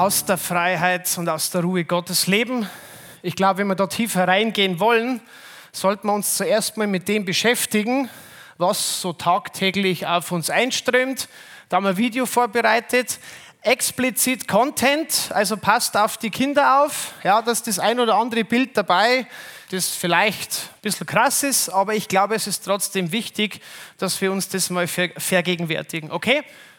aus der Freiheit und aus der Ruhe Gottes leben. Ich glaube, wenn wir da tiefer reingehen wollen, sollten wir uns zuerst mal mit dem beschäftigen, was so tagtäglich auf uns einströmt. Da haben wir ein Video vorbereitet. Explizit Content, also passt auf die Kinder auf. Ja, da ist das ein oder andere Bild dabei, das vielleicht ein bisschen krass ist, aber ich glaube, es ist trotzdem wichtig, dass wir uns das mal vergegenwärtigen. Okay?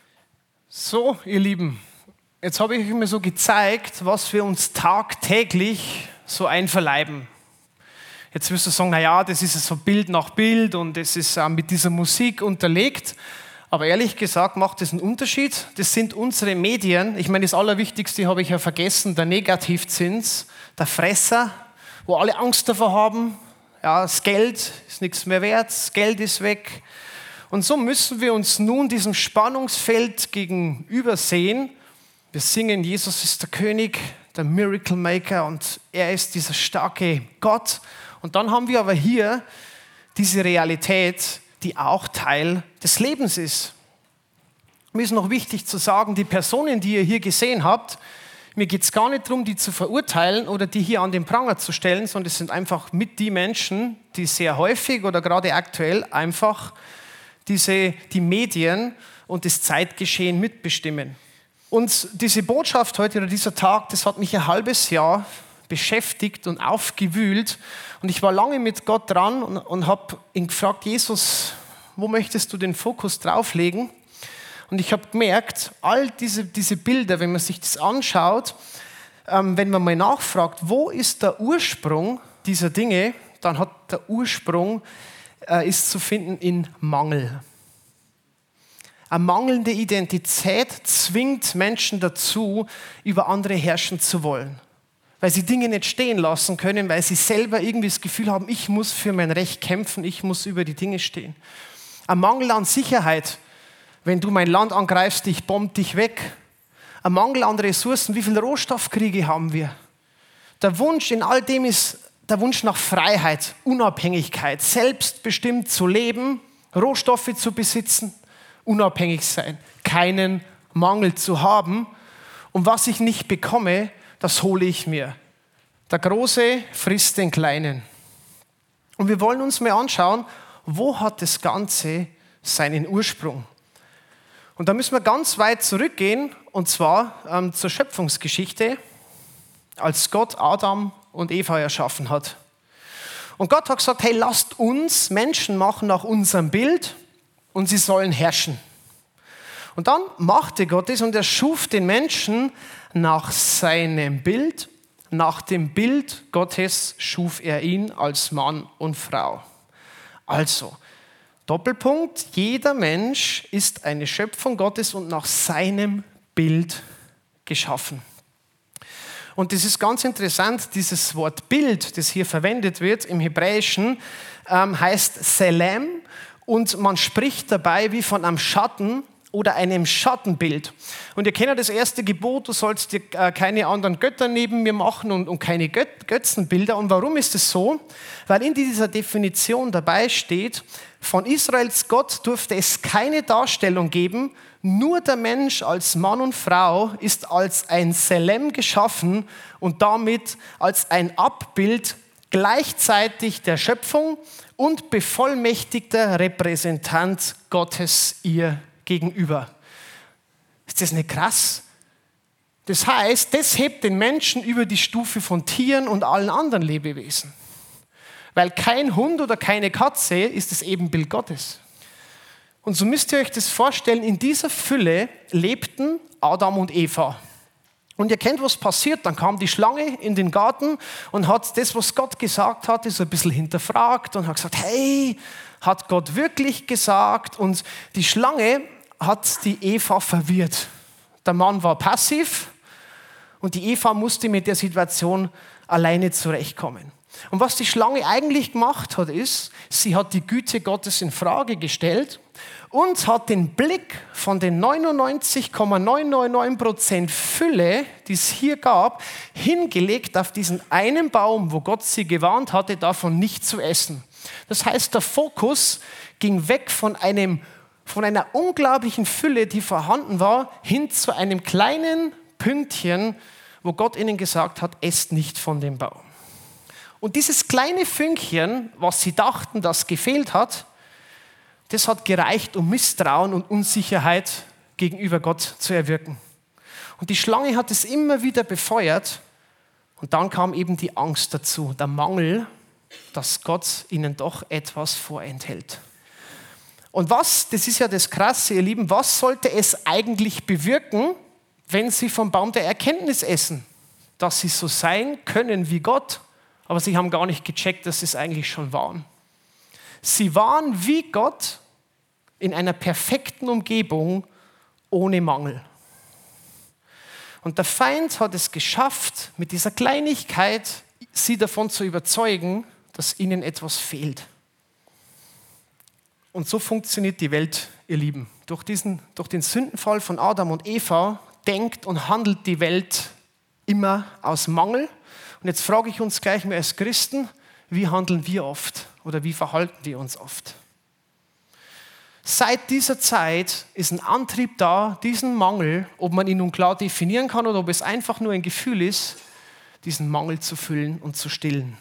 So, ihr Lieben, jetzt habe ich euch mal so gezeigt, was wir uns tagtäglich so einverleiben. Jetzt wirst du sagen, naja, das ist so Bild nach Bild und das ist mit dieser Musik unterlegt. Aber ehrlich gesagt macht das einen Unterschied. Das sind unsere Medien. Ich meine, das Allerwichtigste habe ich ja vergessen, der Negativzins, der Fresser, wo alle Angst davor haben. Ja, das Geld ist nichts mehr wert, das Geld ist weg. Und so müssen wir uns nun diesem Spannungsfeld gegenüber sehen. Wir singen, Jesus ist der König, der Miracle Maker und er ist dieser starke Gott. Und dann haben wir aber hier diese Realität, die auch Teil des Lebens ist. Mir ist noch wichtig zu sagen, die Personen, die ihr hier gesehen habt, mir geht es gar nicht darum, die zu verurteilen oder die hier an den Pranger zu stellen, sondern es sind einfach mit die Menschen, die sehr häufig oder gerade aktuell einfach die Medien und das Zeitgeschehen mitbestimmen. Und diese Botschaft heute oder dieser Tag, das hat mich ein halbes Jahr beschäftigt und aufgewühlt. Und ich war lange mit Gott dran und habe ihn gefragt, Jesus, wo möchtest du den Fokus drauflegen? Und ich habe gemerkt, all diese Bilder, wenn man sich das anschaut, wenn man mal nachfragt, wo ist der Ursprung dieser Dinge, dann hat der Ursprung ist zu finden in Mangel. Eine mangelnde Identität zwingt Menschen dazu, über andere herrschen zu wollen. Weil sie Dinge nicht stehen lassen können, weil sie selber irgendwie das Gefühl haben, ich muss für mein Recht kämpfen, ich muss über die Dinge stehen. Ein Mangel an Sicherheit, wenn du mein Land angreifst, ich bomb dich weg. Ein Mangel an Ressourcen, wie viele Rohstoffkriege haben wir? Der Wunsch in all dem ist der Wunsch nach Freiheit, Unabhängigkeit, selbstbestimmt zu leben, Rohstoffe zu besitzen, unabhängig sein, keinen Mangel zu haben. Und was ich nicht bekomme, das hole ich mir. Der Große frisst den Kleinen. Und wir wollen uns mal anschauen, wo hat das Ganze seinen Ursprung? Und da müssen wir ganz weit zurückgehen, und zwar zur Schöpfungsgeschichte, als Gott Adam und Eva erschaffen hat. Und Gott hat gesagt, hey, lasst uns Menschen machen nach unserem Bild und sie sollen herrschen. Und dann machte Gott es und er schuf den Menschen nach seinem Bild. Nach dem Bild Gottes schuf er ihn als Mann und Frau. Also, Doppelpunkt, jeder Mensch ist eine Schöpfung Gottes und nach seinem Bild geschaffen. Und das ist ganz interessant, dieses Wort Bild, das hier verwendet wird im Hebräischen, heißt Selem und man spricht dabei wie von einem Schatten oder einem Schattenbild. Und ihr kennt das erste Gebot, du sollst dir keine anderen Götter neben mir machen und keine Götzenbilder. Und warum ist es so? Weil in dieser Definition dabei steht, von Israels Gott durfte es keine Darstellung geben, nur der Mensch als Mann und Frau ist als ein Selem geschaffen und damit als ein Abbild gleichzeitig der Schöpfung und bevollmächtigter Repräsentant Gottes ihr gegenüber. Ist das nicht krass? Das heißt, das hebt den Menschen über die Stufe von Tieren und allen anderen Lebewesen. Weil kein Hund oder keine Katze ist das Ebenbild Gottes. Und so müsst ihr euch das vorstellen, in dieser Fülle lebten Adam und Eva. Und ihr kennt, was passiert, dann kam die Schlange in den Garten und hat das, was Gott gesagt hat, so ein bisschen hinterfragt und hat gesagt, hey, hat Gott wirklich gesagt? Und die Schlange hat die Eva verwirrt. Der Mann war passiv und die Eva musste mit der Situation alleine zurechtkommen. Und was die Schlange eigentlich gemacht hat, ist, sie hat die Güte Gottes in Frage gestellt und hat den Blick von den 99,999% Fülle, die es hier gab, hingelegt auf diesen einen Baum, wo Gott sie gewarnt hatte, davon nicht zu essen. Das heißt, der Fokus ging weg von einer unglaublichen Fülle, die vorhanden war, hin zu einem kleinen Pünktchen, wo Gott ihnen gesagt hat, esst nicht von dem Baum. Und dieses kleine Fünkchen, was sie dachten, das gefehlt hat, das hat gereicht, um Misstrauen und Unsicherheit gegenüber Gott zu erwirken. Und die Schlange hat es immer wieder befeuert. Und dann kam eben die Angst dazu, der Mangel, dass Gott ihnen doch etwas vorenthält. Und das ist ja das Krasse, ihr Lieben, was sollte es eigentlich bewirken, wenn sie vom Baum der Erkenntnis essen? Dass sie so sein können wie Gott, aber sie haben gar nicht gecheckt, dass sie es eigentlich schon waren. Sie waren wie Gott in einer perfekten Umgebung ohne Mangel. Und der Feind hat es geschafft, mit dieser Kleinigkeit sie davon zu überzeugen, dass ihnen etwas fehlt. Und so funktioniert die Welt, ihr Lieben. Durch den Sündenfall von Adam und Eva denkt und handelt die Welt immer aus Mangel. Und jetzt frage ich uns gleich mal als Christen, wie handeln wir oft oder wie verhalten wir uns oft? Seit dieser Zeit ist ein Antrieb da, diesen Mangel, ob man ihn nun klar definieren kann oder ob es einfach nur ein Gefühl ist, diesen Mangel zu füllen und zu stillen.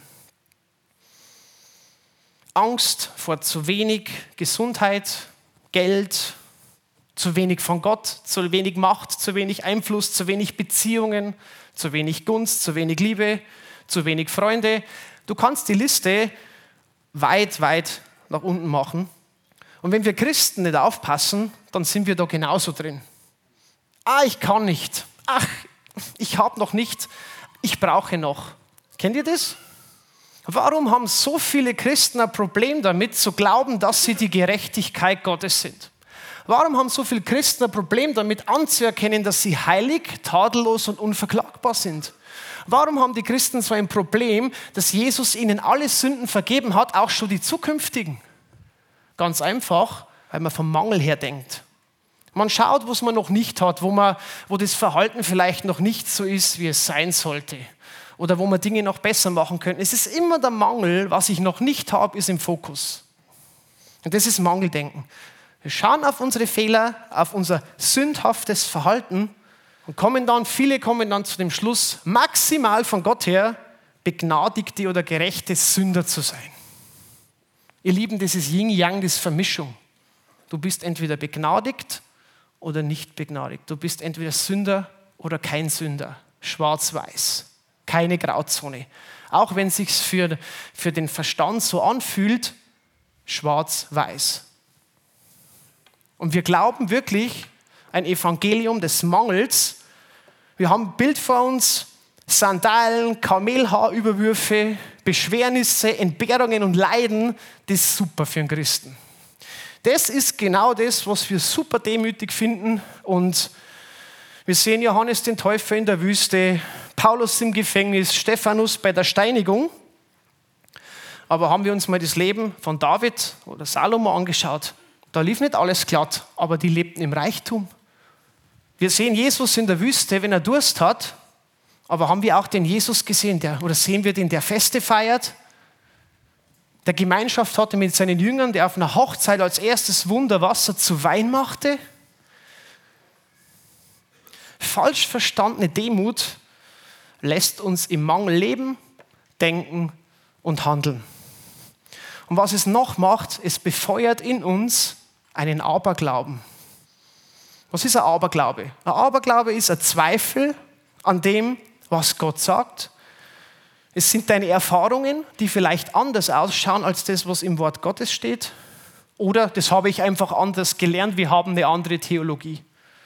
Angst vor zu wenig Gesundheit, Geld, zu wenig von Gott, zu wenig Macht, zu wenig Einfluss, zu wenig Beziehungen, zu wenig Gunst, zu wenig Liebe, zu wenig Freunde. Du kannst die Liste weit, weit nach unten machen. Und wenn wir Christen nicht aufpassen, dann sind wir da genauso drin. Ich kann nicht. Ich habe noch nicht. Ich brauche noch. Kennt ihr das? Warum haben so viele Christen ein Problem damit, zu glauben, dass sie die Gerechtigkeit Gottes sind? Warum haben so viele Christen ein Problem damit, anzuerkennen, dass sie heilig, tadellos und unverklagbar sind? Warum haben die Christen so ein Problem, dass Jesus ihnen alle Sünden vergeben hat, auch schon die zukünftigen? Ganz einfach, weil man vom Mangel her denkt. Man schaut, was man noch nicht hat, wo das Verhalten vielleicht noch nicht so ist, wie es sein sollte. Oder wo man Dinge noch besser machen könnte. Es ist immer der Mangel, was ich noch nicht habe, ist im Fokus. Und das ist Mangeldenken. Wir schauen auf unsere Fehler, auf unser sündhaftes Verhalten und viele kommen dann zu dem Schluss, maximal von Gott her begnadigte oder gerechte Sünder zu sein. Ihr Lieben, das ist Yin-Yang, das ist Vermischung. Du bist entweder begnadigt oder nicht begnadigt. Du bist entweder Sünder oder kein Sünder. Schwarz-Weiß. Keine Grauzone. Auch wenn es sich für den Verstand so anfühlt, schwarz-weiß. Und wir glauben wirklich ein Evangelium des Mangels. Wir haben ein Bild vor uns, Sandalen, Kamelhaarüberwürfe, Beschwernisse, Entbehrungen und Leiden, das ist super für einen Christen. Das ist genau das, was wir super demütig finden. Und wir sehen Johannes den Täufer in der Wüste, Paulus im Gefängnis, Stephanus bei der Steinigung. Aber haben wir uns mal das Leben von David oder Salomo angeschaut, da lief nicht alles glatt, aber die lebten im Reichtum. Wir sehen Jesus in der Wüste, wenn er Durst hat, aber haben wir auch den Jesus gesehen, sehen wir den, der Feste feiert, der Gemeinschaft hatte mit seinen Jüngern, der auf einer Hochzeit als erstes Wunder Wasser zu Wein machte? Falsch verstandene Demut lässt uns im Mangel leben, denken und handeln. Und was es noch macht, es befeuert in uns einen Aberglauben. Was ist ein Aberglaube? Ein Aberglaube ist ein Zweifel an dem, was Gott sagt. Es sind deine Erfahrungen, die vielleicht anders ausschauen als das, was im Wort Gottes steht. Oder das habe ich einfach anders gelernt, wir haben eine andere Theologie.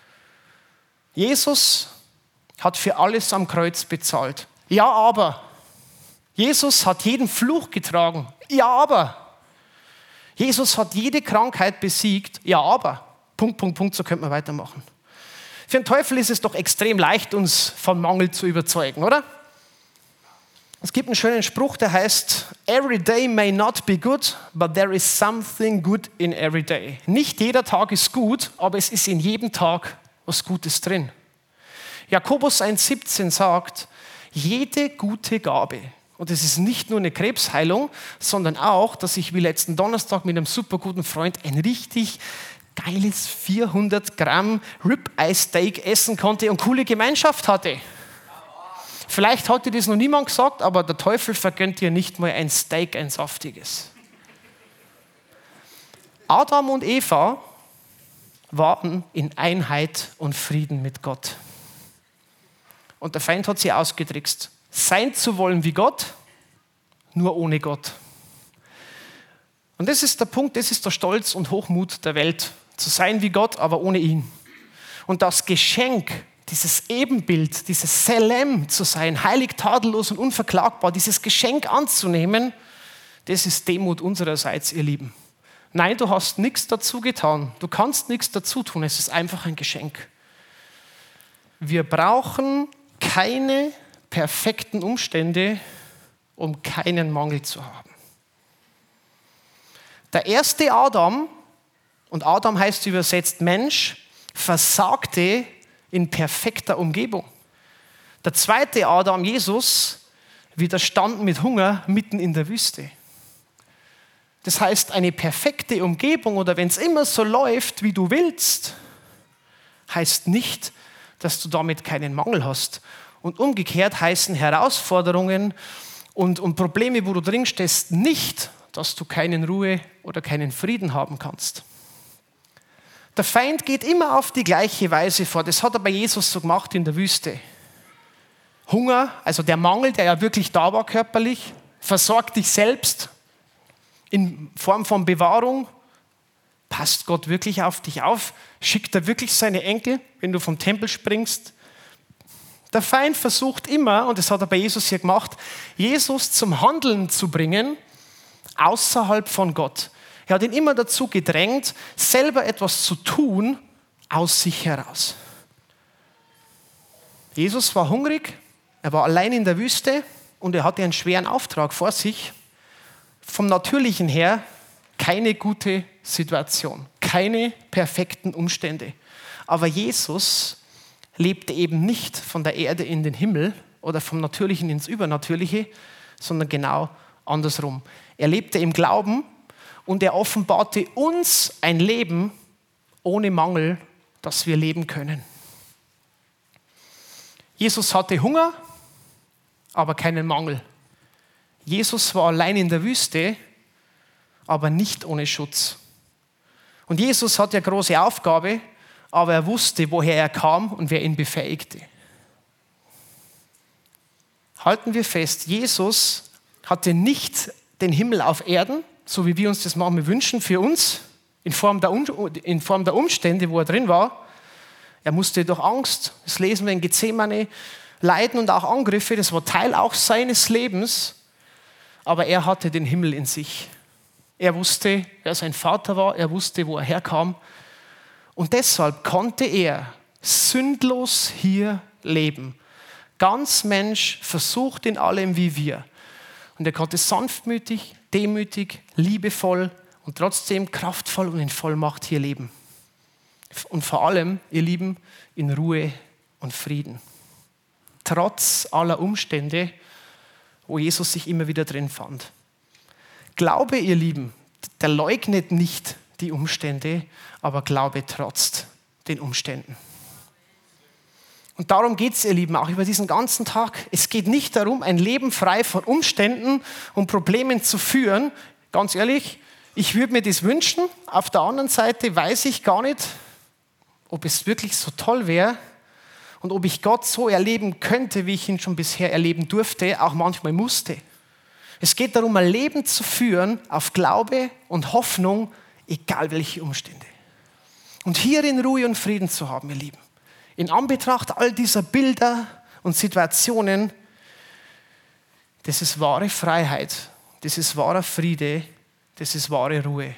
Jesus hat für alles am Kreuz bezahlt. Ja, aber. Jesus hat jeden Fluch getragen. Ja, aber. Jesus hat jede Krankheit besiegt. Ja, aber. Punkt, so könnte man weitermachen. Für den Teufel ist es doch extrem leicht, uns von Mangel zu überzeugen, oder? Es gibt einen schönen Spruch, der heißt, every day may not be good, but there is something good in every day. Nicht jeder Tag ist gut, aber es ist in jedem Tag was Gutes drin. Jakobus 1,17 sagt, jede gute Gabe, und es ist nicht nur eine Krebsheilung, sondern auch, dass ich wie letzten Donnerstag mit einem super guten Freund ein richtig geiles 400 Gramm Ribeye Steak essen konnte und coole Gemeinschaft hatte. Vielleicht hat dir das noch niemand gesagt, aber der Teufel vergönnt dir nicht mal ein Steak, ein saftiges. Adam und Eva waren in Einheit und Frieden mit Gott. Und der Feind hat sie ausgetrickst. Sein zu wollen wie Gott, nur ohne Gott. Und das ist der Punkt, das ist der Stolz und Hochmut der Welt. Zu sein wie Gott, aber ohne ihn. Und das Geschenk, dieses Ebenbild, dieses Selem zu sein, heilig, tadellos und unverklagbar, dieses Geschenk anzunehmen, das ist Demut unsererseits, ihr Lieben. Nein, du hast nichts dazu getan. Du kannst nichts dazu tun. Es ist einfach ein Geschenk. Wir brauchen keine perfekten Umstände, um keinen Mangel zu haben. Der erste Adam, und Adam heißt übersetzt Mensch, versagte in perfekter Umgebung. Der zweite Adam, Jesus, widerstand mit Hunger mitten in der Wüste. Das heißt, eine perfekte Umgebung oder wenn es immer so läuft, wie du willst, heißt nicht, dass du damit keinen Mangel hast. Und umgekehrt heißen Herausforderungen und Probleme, wo du drin stehst, nicht, dass du keine Ruhe oder keinen Frieden haben kannst. Der Feind geht immer auf die gleiche Weise vor. Das hat er bei Jesus so gemacht in der Wüste. Hunger, also der Mangel, der ja wirklich da war körperlich, versorg dich selbst in Form von Bewahrung. Passt Gott wirklich auf dich auf? Schickt er wirklich seine Enkel, wenn du vom Tempel springst? Der Feind versucht immer, und das hat er bei Jesus hier gemacht, Jesus zum Handeln zu bringen, außerhalb von Gott. Er hat ihn immer dazu gedrängt, selber etwas zu tun, aus sich heraus. Jesus war hungrig, er war allein in der Wüste und er hatte einen schweren Auftrag vor sich. Vom Natürlichen her keine gute Situation, keine perfekten Umstände. Aber Jesus lebte eben nicht von der Erde in den Himmel oder vom Natürlichen ins Übernatürliche, sondern genau andersrum. Er lebte im Glauben und er offenbarte uns ein Leben ohne Mangel, das wir leben können. Jesus hatte Hunger, aber keinen Mangel. Jesus war allein in der Wüste, aber nicht ohne Schutz. Und Jesus hatte eine große Aufgabe, aber er wusste, woher er kam und wer ihn befähigte. Halten wir fest, Jesus hatte nicht den Himmel auf Erden, so wie wir uns das manchmal wünschen für uns, in Form der Umstände, wo er drin war. Er musste durch Angst, das lesen wir in Gethsemane, Leiden und auch Angriffe, das war Teil auch seines Lebens, aber er hatte den Himmel in sich. Er wusste, wer sein Vater war, er wusste, wo er herkam und deshalb konnte er sündlos hier leben. Ganz Mensch, versucht in allem wie wir. Und er konnte sanftmütig, demütig, liebevoll und trotzdem kraftvoll und in Vollmacht hier leben. Und vor allem, ihr Lieben, in Ruhe und Frieden. Trotz aller Umstände, wo Jesus sich immer wieder drin fand. Glaube, ihr Lieben, der leugnet nicht die Umstände, aber Glaube trotzt den Umständen. Und darum geht es, ihr Lieben, auch über diesen ganzen Tag. Es geht nicht darum, ein Leben frei von Umständen und Problemen zu führen. Ganz ehrlich, ich würde mir das wünschen. Auf der anderen Seite weiß ich gar nicht, ob es wirklich so toll wäre und ob ich Gott so erleben könnte, wie ich ihn schon bisher erleben durfte, auch manchmal musste. Es geht darum, ein Leben zu führen auf Glaube und Hoffnung, egal welche Umstände. Und hierin Ruhe und Frieden zu haben, ihr Lieben. In Anbetracht all dieser Bilder und Situationen, das ist wahre Freiheit, das ist wahrer Friede, das ist wahre Ruhe.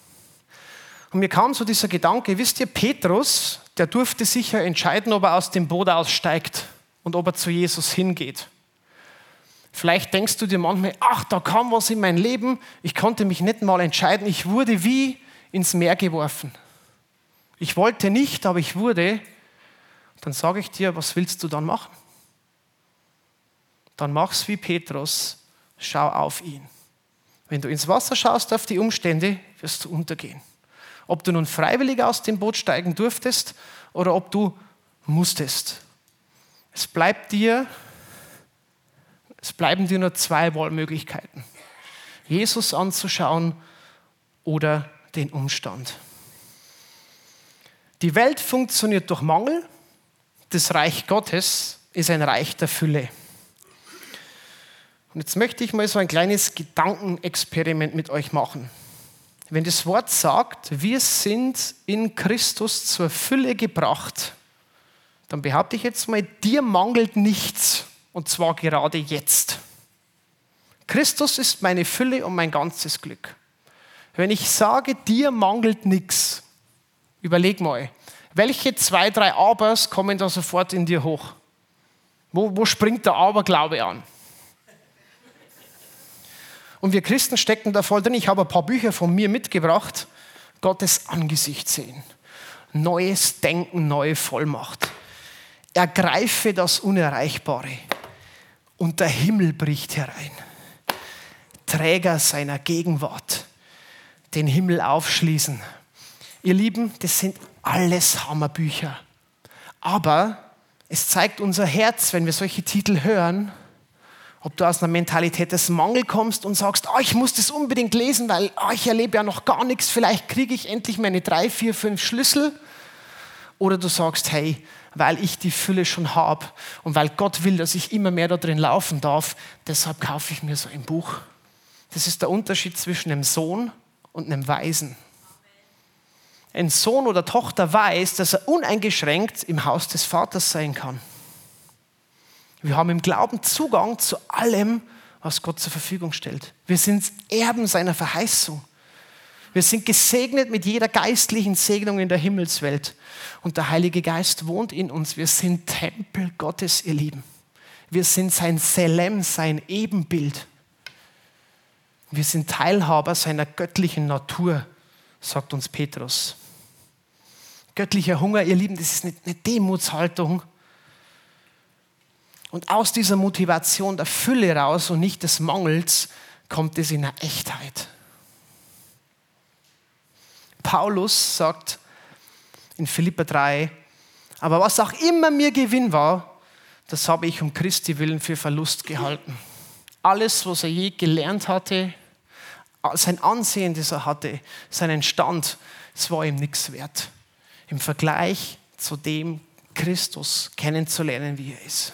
Und mir kam so dieser Gedanke, wisst ihr, Petrus, der durfte sich ja entscheiden, ob er aus dem Boot aussteigt und ob er zu Jesus hingeht. Vielleicht denkst du dir manchmal, ach, da kam was in mein Leben, ich konnte mich nicht mal entscheiden, ich wurde wie ins Meer geworfen. Ich wollte nicht, aber ich wurde. Dann sage ich dir, was willst du dann machen? Dann mach's wie Petrus, schau auf ihn. Wenn du ins Wasser schaust, auf die Umstände, wirst du untergehen. Ob du nun freiwillig aus dem Boot steigen durftest oder ob du musstest. Es bleiben dir nur 2 Wahlmöglichkeiten. Jesus anzuschauen oder den Umstand. Die Welt funktioniert durch Mangel. Das Reich Gottes ist ein Reich der Fülle. Und jetzt möchte ich mal so ein kleines Gedankenexperiment mit euch machen. Wenn das Wort sagt, wir sind in Christus zur Fülle gebracht, dann behaupte ich jetzt mal, dir mangelt nichts, und zwar gerade jetzt. Christus ist meine Fülle und mein ganzes Glück. Wenn ich sage, dir mangelt nichts, überleg mal, welche 2, 3 Abers kommen da sofort in dir hoch? Wo springt der Aberglaube an? Und wir Christen stecken da voll drin. Ich habe ein paar Bücher von mir mitgebracht. Gottes Angesicht sehen. Neues Denken, neue Vollmacht. Ergreife das Unerreichbare. Und der Himmel bricht herein. Träger seiner Gegenwart. Den Himmel aufschließen. Ihr Lieben, das sind alles Hammerbücher. Aber es zeigt unser Herz, wenn wir solche Titel hören, ob du aus einer Mentalität des Mangels kommst und sagst, ich muss das unbedingt lesen, weil ich erlebe ja noch gar nichts, vielleicht kriege ich endlich meine 3, 4, 5 Schlüssel. Oder du sagst, hey, weil ich die Fülle schon habe und weil Gott will, dass ich immer mehr da drin laufen darf, deshalb kaufe ich mir so ein Buch. Das ist der Unterschied zwischen einem Sohn und einem Weisen. Ein Sohn oder Tochter weiß, dass er uneingeschränkt im Haus des Vaters sein kann. Wir haben im Glauben Zugang zu allem, was Gott zur Verfügung stellt. Wir sind Erben seiner Verheißung. Wir sind gesegnet mit jeder geistlichen Segnung in der Himmelswelt. Und der Heilige Geist wohnt in uns. Wir sind Tempel Gottes, ihr Lieben. Wir sind sein Selem, sein Ebenbild. Wir sind Teilhaber seiner göttlichen Natur, sagt uns Petrus. Göttlicher Hunger, ihr Lieben, das ist eine Demutshaltung. Und aus dieser Motivation der Fülle raus und nicht des Mangels kommt es in der Echtheit. Paulus sagt in Philipper 3, aber was auch immer mir Gewinn war, das habe ich um Christi willen für Verlust gehalten. Alles, was er je gelernt hatte, sein Ansehen, das er hatte, seinen Stand, es war ihm nichts wert. Im Vergleich zu dem Christus kennenzulernen, wie er ist.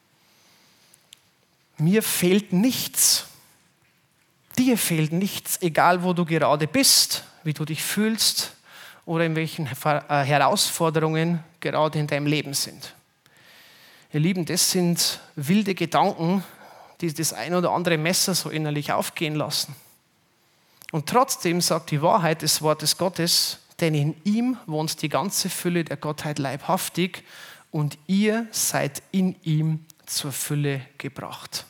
Mir fehlt nichts. Dir fehlt nichts, egal wo du gerade bist, wie du dich fühlst oder in welchen Herausforderungen gerade in deinem Leben sind. Ihr Lieben, das sind wilde Gedanken, die das ein oder andere Messer so innerlich aufgehen lassen. Und trotzdem sagt die Wahrheit des Wortes Gottes, denn in ihm wohnt die ganze Fülle der Gottheit leibhaftig und ihr seid in ihm zur Fülle gebracht.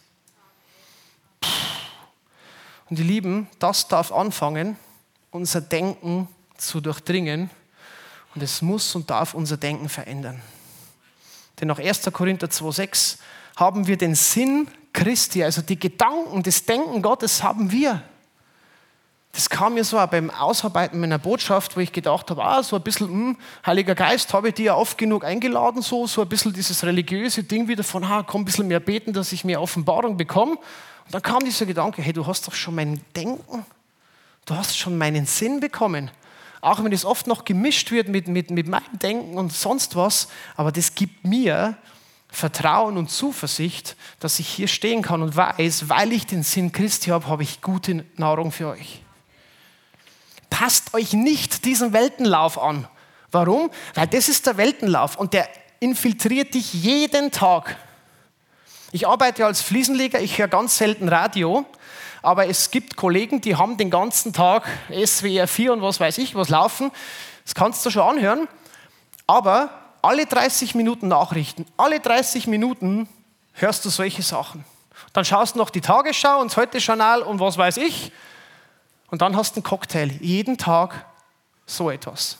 Und die Lieben, das darf anfangen, unser Denken zu durchdringen und es muss und darf unser Denken verändern. Denn nach 1. Korinther 2,6 haben wir den Sinn Christi, also die Gedanken, das Denken Gottes haben wir. Das kam mir so auch beim Ausarbeiten meiner Botschaft, wo ich gedacht habe, so ein bisschen, Heiliger Geist, habe ich dir ja oft genug eingeladen, so ein bisschen dieses religiöse Ding wieder von, komm ein bisschen mehr beten, dass ich mehr Offenbarung bekomme. Und dann kam dieser Gedanke, hey, du hast doch schon mein Denken, du hast schon meinen Sinn bekommen. Auch wenn es oft noch gemischt wird mit meinem Denken und sonst was, aber das gibt mir Vertrauen und Zuversicht, dass ich hier stehen kann und weiß, weil ich den Sinn Christi habe, habe ich gute Nahrung für euch. Passt euch nicht diesen Weltenlauf an. Warum? Weil das ist der Weltenlauf und der infiltriert dich jeden Tag. Ich arbeite als Fliesenleger, ich höre ganz selten Radio, aber es gibt Kollegen, die haben den ganzen Tag SWR 4 und was weiß ich was laufen. Das kannst du schon anhören, aber alle 30 Minuten Nachrichten, alle 30 Minuten hörst du solche Sachen. Dann schaust du noch die Tagesschau und das Heute-Journal und was weiß ich und dann hast du einen Cocktail, jeden Tag so etwas.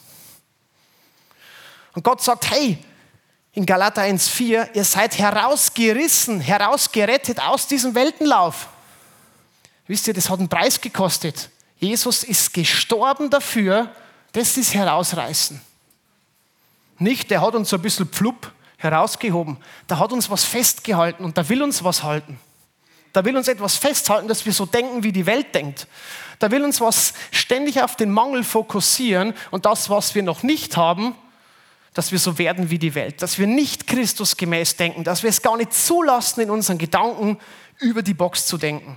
Und Gott sagt, hey, in Galater 1,4, ihr seid herausgerissen, herausgerettet aus diesem Weltenlauf. Wisst ihr, das hat einen Preis gekostet. Jesus ist gestorben dafür, Das ist herausreißen. Nicht, der hat uns so ein bisschen pflupp herausgehoben. Der hat uns was festgehalten und der will uns was halten. Der will uns etwas festhalten, dass wir so denken, wie die Welt denkt. Der will uns was ständig auf den Mangel fokussieren und das, was wir noch nicht haben, dass wir so werden wie die Welt. Dass wir nicht Christusgemäß denken, dass wir es gar nicht zulassen, in unseren Gedanken über die Box zu denken.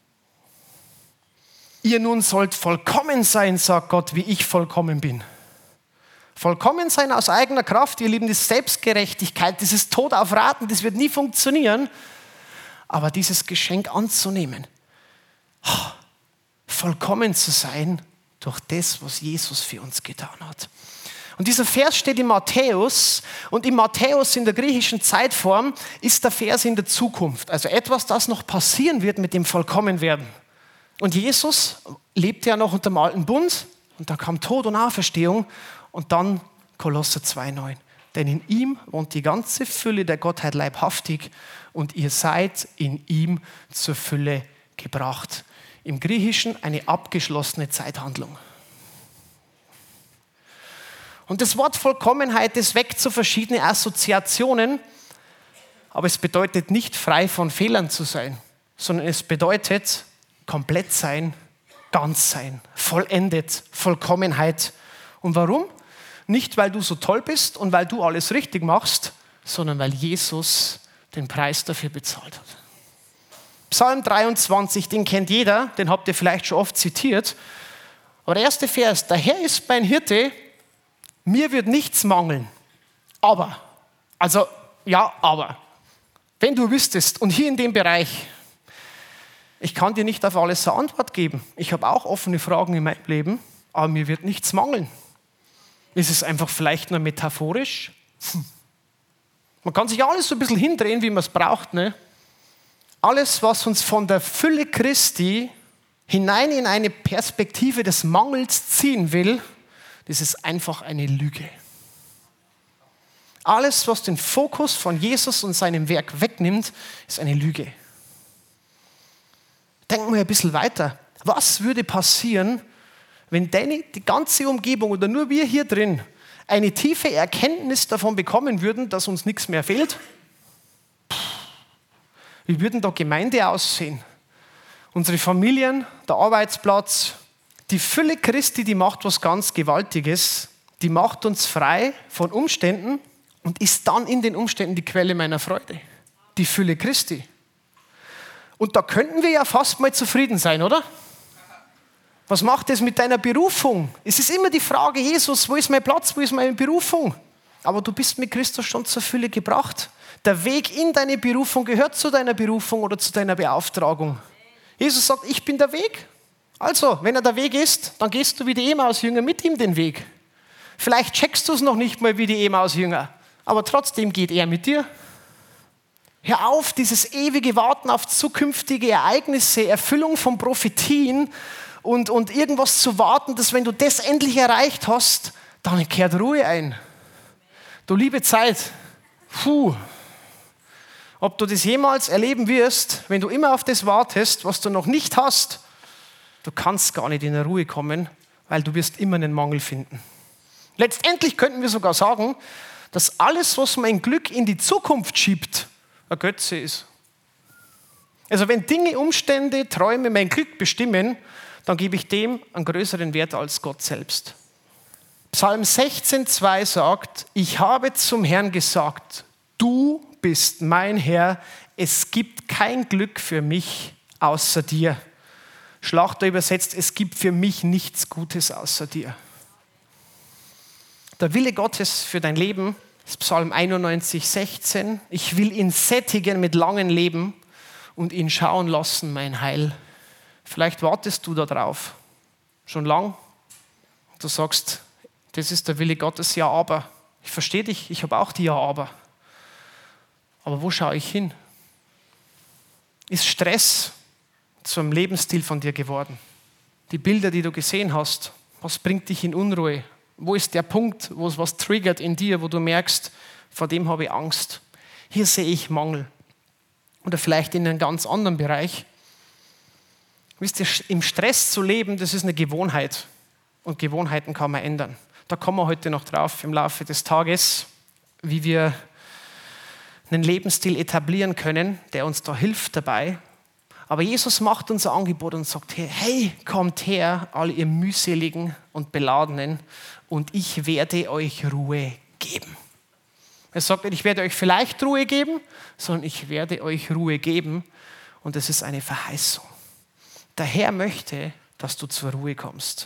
Ihr nun sollt vollkommen sein, sagt Gott, wie ich vollkommen bin. Vollkommen sein aus eigener Kraft, ihr Lieben, das ist Selbstgerechtigkeit, das ist Tod auf Raten, das wird nie funktionieren. Aber dieses Geschenk anzunehmen, vollkommen zu sein durch das, was Jesus für uns getan hat. Und dieser Vers steht in Matthäus und in Matthäus in der griechischen Zeitform ist der Vers in der Zukunft. Also etwas, das noch passieren wird mit dem Vollkommenwerden. Und Jesus lebte ja noch unter dem alten Bund und dann kam Tod und Auferstehung und dann Kolosser 2,9. Denn in ihm wohnt die ganze Fülle der Gottheit leibhaftig und ihr seid in ihm zur Fülle gebracht. Im Griechischen eine abgeschlossene Zeithandlung. Und das Wort Vollkommenheit, das weckt so verschiedene Assoziationen, aber es bedeutet nicht frei von Fehlern zu sein, sondern es bedeutet komplett sein, ganz sein, vollendet, Vollkommenheit. Und warum? Nicht, weil du so toll bist und weil du alles richtig machst, sondern weil Jesus den Preis dafür bezahlt hat. Psalm 23, den kennt jeder, den habt ihr vielleicht schon oft zitiert. Aber der erste Vers, der Herr ist mein Hirte, mir wird nichts mangeln. Aber, wenn du wüsstest, und hier in dem Bereich, ich kann dir nicht auf alles eine Antwort geben. Ich habe auch offene Fragen in meinem Leben, aber mir wird nichts mangeln. Ist es einfach vielleicht nur metaphorisch? Man kann sich alles so ein bisschen hindrehen, wie man es braucht. Ne? Alles, was uns von der Fülle Christi hinein in eine Perspektive des Mangels ziehen will, das ist einfach eine Lüge. Alles, was den Fokus von Jesus und seinem Werk wegnimmt, ist eine Lüge. Denken wir ein bisschen weiter. Was würde passieren, wenn die ganze Umgebung oder nur wir hier drin eine tiefe Erkenntnis davon bekommen würden, dass uns nichts mehr fehlt? Wie würden da Gemeinde aussehen? Unsere Familien, der Arbeitsplatz, die Fülle Christi, die macht was ganz Gewaltiges. Die macht uns frei von Umständen und ist dann in den Umständen die Quelle meiner Freude. Die Fülle Christi. Und da könnten wir ja fast mal zufrieden sein, oder? Was macht es mit deiner Berufung? Es ist immer die Frage, Jesus, wo ist mein Platz, wo ist meine Berufung? Aber du bist mit Christus schon zur Fülle gebracht. Der Weg in deine Berufung gehört zu deiner Berufung oder zu deiner Beauftragung. Jesus sagt, ich bin der Weg. Also, wenn er der Weg ist, dann gehst du wie die Emmaus-Jünger mit ihm den Weg. Vielleicht checkst du es noch nicht mal wie die Emmaus-Jünger, aber trotzdem geht er mit dir. Hör auf, dieses ewige Warten auf zukünftige Ereignisse, Erfüllung von Prophetien und irgendwas zu warten, dass wenn du das endlich erreicht hast, dann kehrt Ruhe ein. Du liebe Zeit, ob du das jemals erleben wirst, wenn du immer auf das wartest, was du noch nicht hast, du kannst gar nicht in der Ruhe kommen, weil du wirst immer einen Mangel finden. Letztendlich könnten wir sogar sagen, dass alles, was mein Glück in die Zukunft schiebt, ein Götze ist. Also wenn Dinge, Umstände, Träume mein Glück bestimmen, dann gebe ich dem einen größeren Wert als Gott selbst. Psalm 16,2 sagt, ich habe zum Herrn gesagt, du bist mein Herr, es gibt kein Glück für mich außer dir. Schlachter übersetzt, es gibt für mich nichts Gutes außer dir. Der Wille Gottes für dein Leben ist Psalm 91,16. Ich will ihn sättigen mit langem Leben und ihn schauen lassen, mein Heil. Vielleicht wartest du da drauf, schon lang. Du sagst, das ist der Wille Gottes, ja, aber. Ich verstehe dich, ich habe auch die Ja, aber. Aber wo schaue ich hin? Ist Stress zu einem Lebensstil von dir geworden? Die Bilder, die du gesehen hast, was bringt dich in Unruhe? Wo ist der Punkt, wo es was triggert in dir, wo du merkst, vor dem habe ich Angst? Hier sehe ich Mangel. Oder vielleicht in einem ganz anderen Bereich. Wisst ihr, im Stress zu leben, das ist eine Gewohnheit. und Gewohnheiten kann man ändern. Da kommen wir heute noch drauf im Laufe des Tages, wie wir einen Lebensstil etablieren können, der uns da hilft dabei. Aber Jesus macht uns ein Angebot und sagt, hey, kommt her, all ihr mühseligen und Beladenen, und ich werde euch Ruhe geben. Er sagt nicht, ich werde euch vielleicht Ruhe geben, sondern ich werde euch Ruhe geben. Und das ist eine Verheißung. Der Herr möchte, dass du zur Ruhe kommst.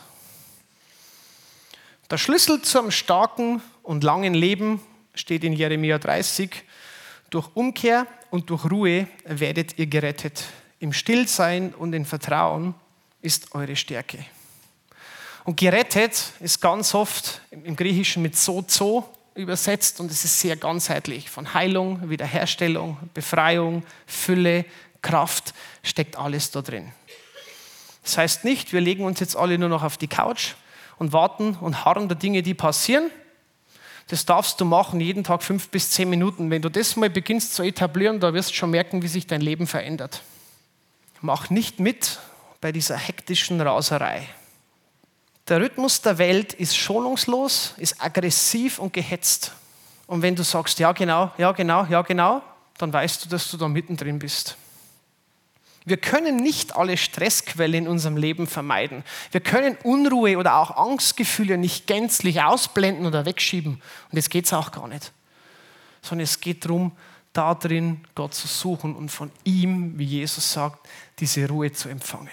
Der Schlüssel zum starken und langen Leben steht in Jeremia 30. Durch Umkehr und durch Ruhe werdet ihr gerettet. Im Stillsein und im Vertrauen ist eure Stärke. Und gerettet ist ganz oft im Griechischen mit sozo übersetzt und es ist sehr ganzheitlich. Von Heilung, Wiederherstellung, Befreiung, Fülle, Kraft steckt alles da drin. Das heißt nicht, wir legen uns jetzt alle nur noch auf die Couch und warten und harren der Dinge, die passieren. Das darfst du machen, jeden Tag 5 bis 10 Minuten. Wenn du das mal beginnst zu etablieren, da wirst du schon merken, wie sich dein Leben verändert. Mach nicht mit bei dieser hektischen Raserei. Der Rhythmus der Welt ist schonungslos, ist aggressiv und gehetzt. Und wenn du sagst, ja genau, dann weißt du, dass du da mittendrin bist. Wir können nicht alle Stressquellen in unserem Leben vermeiden. Wir können Unruhe oder auch Angstgefühle nicht gänzlich ausblenden oder wegschieben. Und jetzt geht es auch gar nicht. Sondern es geht darum, da drin Gott zu suchen und von ihm, wie Jesus sagt, diese Ruhe zu empfangen.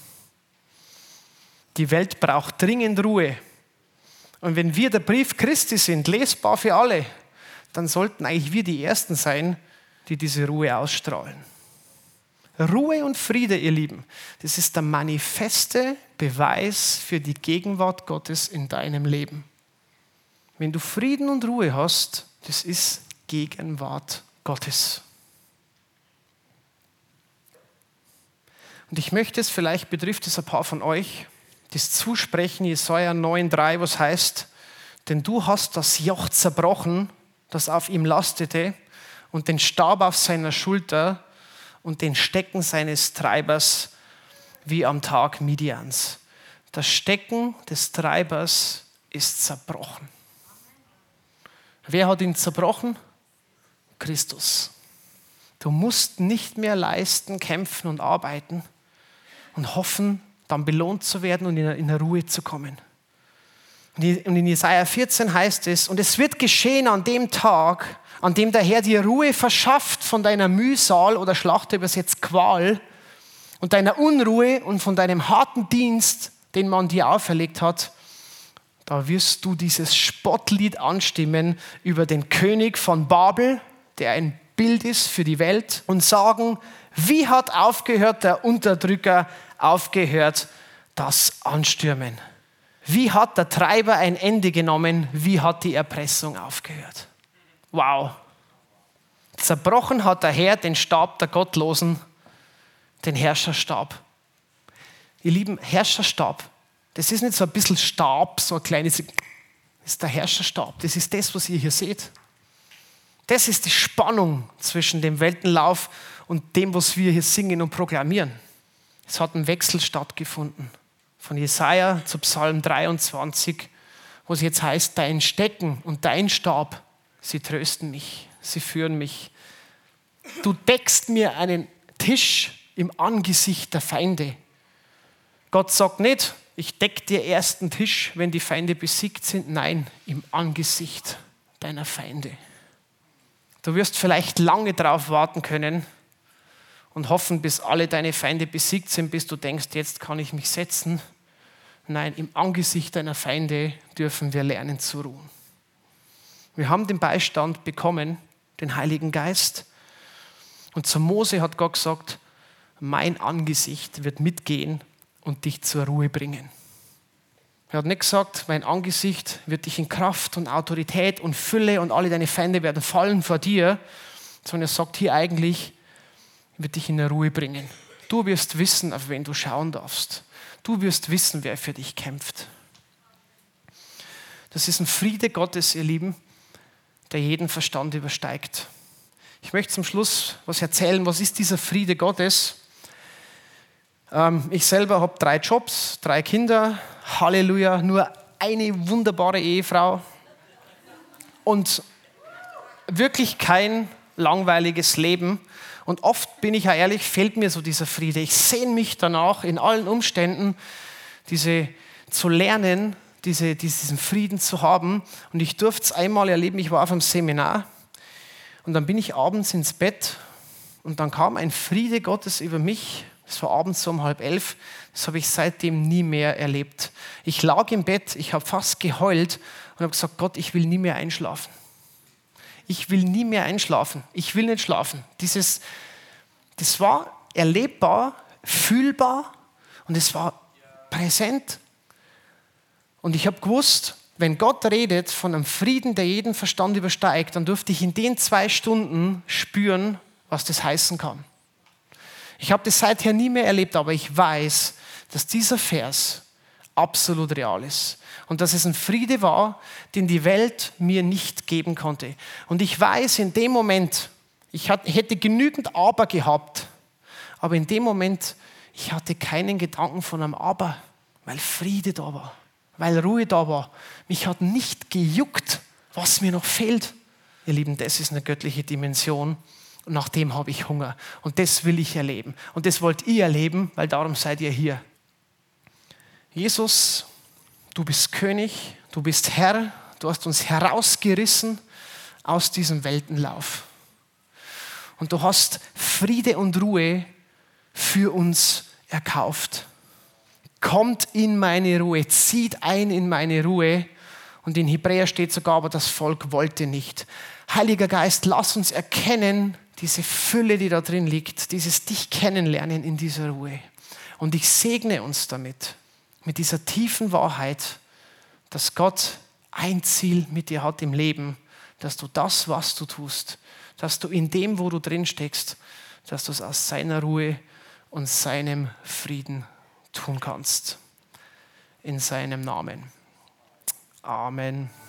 Die Welt braucht dringend Ruhe. Und wenn wir der Brief Christi sind, lesbar für alle, dann sollten eigentlich wir die Ersten sein, die diese Ruhe ausstrahlen. Ruhe und Friede, ihr Lieben, das ist der manifeste Beweis für die Gegenwart Gottes in deinem Leben. Wenn du Frieden und Ruhe hast, das ist Gegenwart Gottes. Und ich möchte es, vielleicht betrifft es ein paar von euch, das Zusprechen, Jesaja 9,3, was heißt, denn du hast das Joch zerbrochen, das auf ihm lastete, und den Stab auf seiner Schulter und den Stecken seines Treibers wie am Tag Midians. Das Stecken des Treibers ist zerbrochen. Wer hat ihn zerbrochen? Christus. Du musst nicht mehr leisten, kämpfen und arbeiten und hoffen, dann belohnt zu werden und in der Ruhe zu kommen. Und in Jesaja 14 heißt es, und es wird geschehen an dem Tag, an dem der Herr dir Ruhe verschafft von deiner Mühsal oder Schlachter übersetzt Qual und deiner Unruhe und von deinem harten Dienst, den man dir auferlegt hat, da wirst du dieses Spottlied anstimmen über den König von Babel, der ein Bild ist für die Welt, und sagen, wie hat aufgehört der Unterdrücker, aufgehört das Anstürmen? Wie hat der Treiber ein Ende genommen? Wie hat die Erpressung aufgehört? Wow. Zerbrochen hat der Herr den Stab der Gottlosen, den Herrscherstab. Ihr Lieben, Herrscherstab, das ist nicht so ein bisschen Stab, so ein kleines, das ist der Herrscherstab. Das ist das, was ihr hier seht. Das ist die Spannung zwischen dem Weltenlauf und dem, was wir hier singen und proklamieren. Es hat ein Wechsel stattgefunden. Von Jesaja zu Psalm 23, wo es jetzt heißt, dein Stecken und dein Stab, sie trösten mich, sie führen mich. Du deckst mir einen Tisch im Angesicht der Feinde. Gott sagt nicht, ich decke dir erst einen Tisch, wenn die Feinde besiegt sind. Nein, im Angesicht deiner Feinde. Du wirst vielleicht lange darauf warten können und hoffen, bis alle deine Feinde besiegt sind, bis du denkst, jetzt kann ich mich setzen. Nein, im Angesicht deiner Feinde dürfen wir lernen zu ruhen. Wir haben den Beistand bekommen, den Heiligen Geist. Und zu Mose hat Gott gesagt, mein Angesicht wird mitgehen und dich zur Ruhe bringen. Er hat nicht gesagt, mein Angesicht wird dich in Kraft und Autorität und Fülle und alle deine Feinde werden fallen vor dir, sondern er sagt hier eigentlich, wird dich in der Ruhe bringen. Du wirst wissen, auf wen du schauen darfst. Du wirst wissen, wer für dich kämpft. Das ist ein Friede Gottes, ihr Lieben, der jeden Verstand übersteigt. Ich möchte zum Schluss was erzählen. Was ist dieser Friede Gottes? Ich selber habe 3 Jobs, 3 Kinder, Halleluja, nur eine wunderbare Ehefrau und wirklich kein langweiliges Leben. Und oft, bin ich ja ehrlich, fehlt mir so dieser Friede. Ich sehne mich danach, in allen Umständen zu lernen, diesen Frieden zu haben. Und ich durfte es einmal erleben, ich war auf einem Seminar und dann bin ich abends ins Bett und dann kam ein Friede Gottes über mich. Es war abends so um 22:30. Das habe ich seitdem nie mehr erlebt. Ich lag im Bett, ich habe fast geheult und habe gesagt, Gott, ich will nie mehr einschlafen. Ich will nie mehr einschlafen. Ich will nicht schlafen. Das war erlebbar, fühlbar und es war präsent. Und ich habe gewusst, wenn Gott redet von einem Frieden, der jeden Verstand übersteigt, dann durfte ich in den 2 Stunden spüren, was das heißen kann. Ich habe das seither nie mehr erlebt, aber ich weiß, dass dieser Vers absolut real ist. Und dass es ein Friede war, den die Welt mir nicht geben konnte. Und ich weiß, in dem Moment, ich hätte genügend Aber gehabt, aber in dem Moment, ich hatte keinen Gedanken von einem Aber, weil Friede da war, weil Ruhe da war. Mich hat nicht gejuckt, was mir noch fehlt. Ihr Lieben, das ist eine göttliche Dimension. Und nach dem habe ich Hunger. Und das will ich erleben. Und das wollt ihr erleben, weil darum seid ihr hier. Jesus, du bist König, du bist Herr, du hast uns herausgerissen aus diesem Weltenlauf. Und du hast Friede und Ruhe für uns erkauft. Kommt in meine Ruhe, zieht ein in meine Ruhe. Und in Hebräer steht sogar, aber das Volk wollte nicht. Heiliger Geist, lass uns erkennen, diese Fülle, die da drin liegt, dieses dich kennenlernen in dieser Ruhe. Und ich segne uns damit, mit dieser tiefen Wahrheit, dass Gott ein Ziel mit dir hat im Leben, dass du das, was du tust, dass du in dem, wo du drin steckst, dass du es aus seiner Ruhe und seinem Frieden tun kannst. In seinem Namen. Amen.